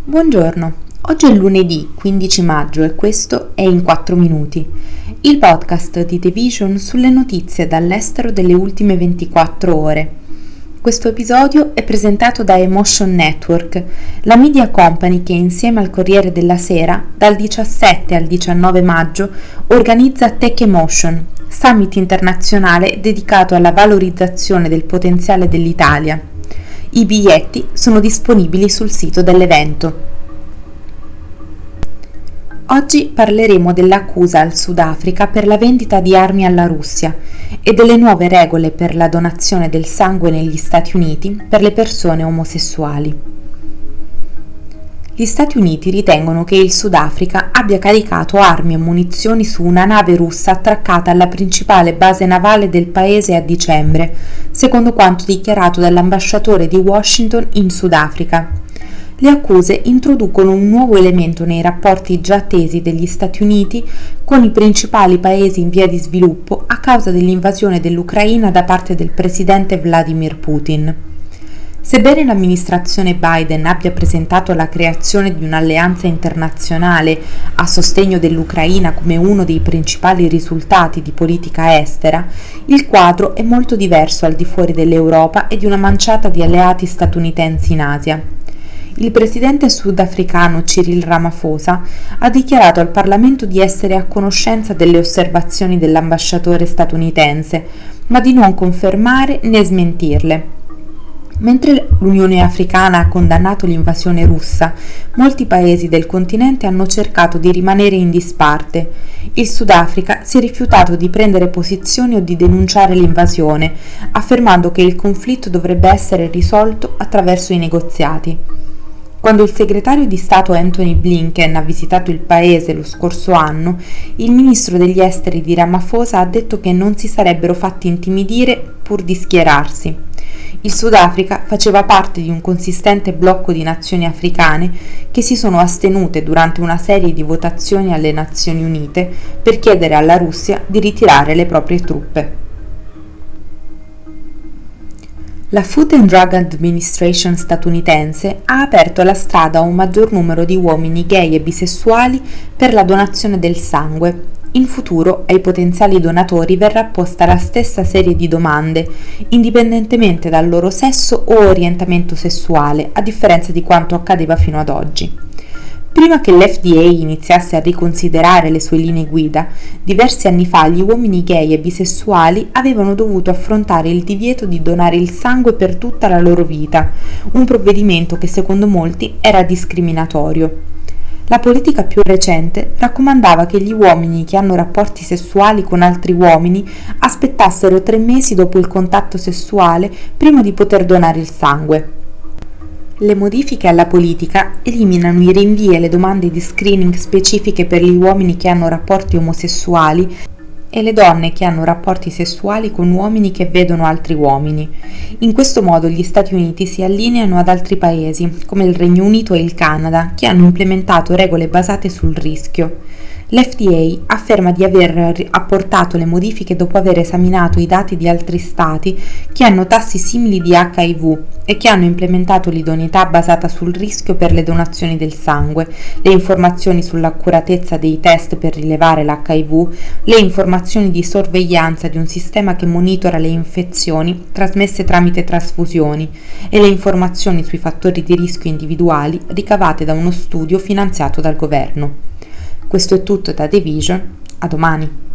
Buongiorno, oggi è lunedì 15 maggio e questo è In 4 Minuti, il podcast di The Vision sulle notizie dall'estero delle ultime 24 ore. Questo episodio è presentato da Emotion Network, la media company che insieme al Corriere della Sera dal 17 al 19 maggio organizza Tech Emotion, summit internazionale dedicato alla valorizzazione del potenziale dell'Italia. I biglietti sono disponibili sul sito dell'evento. Oggi parleremo dell'accusa al Sudafrica per la vendita di armi alla Russia e delle nuove regole per la donazione del sangue negli Stati Uniti per le persone omosessuali. Gli Stati Uniti ritengono che il Sudafrica abbia caricato armi e munizioni su una nave russa attraccata alla principale base navale del paese a dicembre, secondo quanto dichiarato dall'ambasciatore di Washington in Sudafrica. Le accuse introducono un nuovo elemento nei rapporti già tesi degli Stati Uniti con i principali paesi in via di sviluppo a causa dell'invasione dell'Ucraina da parte del presidente Vladimir Putin. Sebbene l'amministrazione Biden abbia presentato la creazione di un'alleanza internazionale a sostegno dell'Ucraina come uno dei principali risultati di politica estera, il quadro è molto diverso al di fuori dell'Europa e di una manciata di alleati statunitensi in Asia. Il presidente sudafricano Cyril Ramaphosa ha dichiarato al Parlamento di essere a conoscenza delle osservazioni dell'ambasciatore statunitense, ma di non confermare né smentirle. Mentre l'Unione Africana ha condannato l'invasione russa, molti paesi del continente hanno cercato di rimanere in disparte. Il Sudafrica si è rifiutato di prendere posizioni o di denunciare l'invasione, affermando che il conflitto dovrebbe essere risolto attraverso i negoziati. Quando il segretario di Stato Anthony Blinken ha visitato il paese lo scorso anno, il ministro degli esteri di Ramaphosa ha detto che non si sarebbero fatti intimidire pur di schierarsi. Il Sudafrica faceva parte di un consistente blocco di nazioni africane che si sono astenute durante una serie di votazioni alle Nazioni Unite per chiedere alla Russia di ritirare le proprie truppe. La Food and Drug Administration statunitense ha aperto la strada a un maggior numero di uomini gay e bisessuali per la donazione del sangue. In futuro ai potenziali donatori verrà posta la stessa serie di domande, indipendentemente dal loro sesso o orientamento sessuale, a differenza di quanto accadeva fino ad oggi. Prima che l'FDA iniziasse a riconsiderare le sue linee guida, diversi anni fa gli uomini gay e bisessuali avevano dovuto affrontare il divieto di donare il sangue per tutta la loro vita, un provvedimento che secondo molti era discriminatorio. La politica più recente raccomandava che gli uomini che hanno rapporti sessuali con altri uomini aspettassero 3 mesi dopo il contatto sessuale prima di poter donare il sangue. Le modifiche alla politica eliminano i rinvii e le domande di screening specifiche per gli uomini che hanno rapporti omosessuali e le donne che hanno rapporti sessuali con uomini che vedono altri uomini. In questo modo gli Stati Uniti si allineano ad altri paesi, come il Regno Unito e il Canada, che hanno implementato regole basate sul rischio. L'FDA afferma di aver apportato le modifiche dopo aver esaminato i dati di altri stati che hanno tassi simili di HIV e che hanno implementato l'idoneità basata sul rischio per le donazioni del sangue, le informazioni sull'accuratezza dei test per rilevare l'HIV, le informazioni di sorveglianza di un sistema che monitora le infezioni trasmesse tramite trasfusioni e le informazioni sui fattori di rischio individuali ricavate da uno studio finanziato dal governo. Questo è tutto da The Vision, a domani.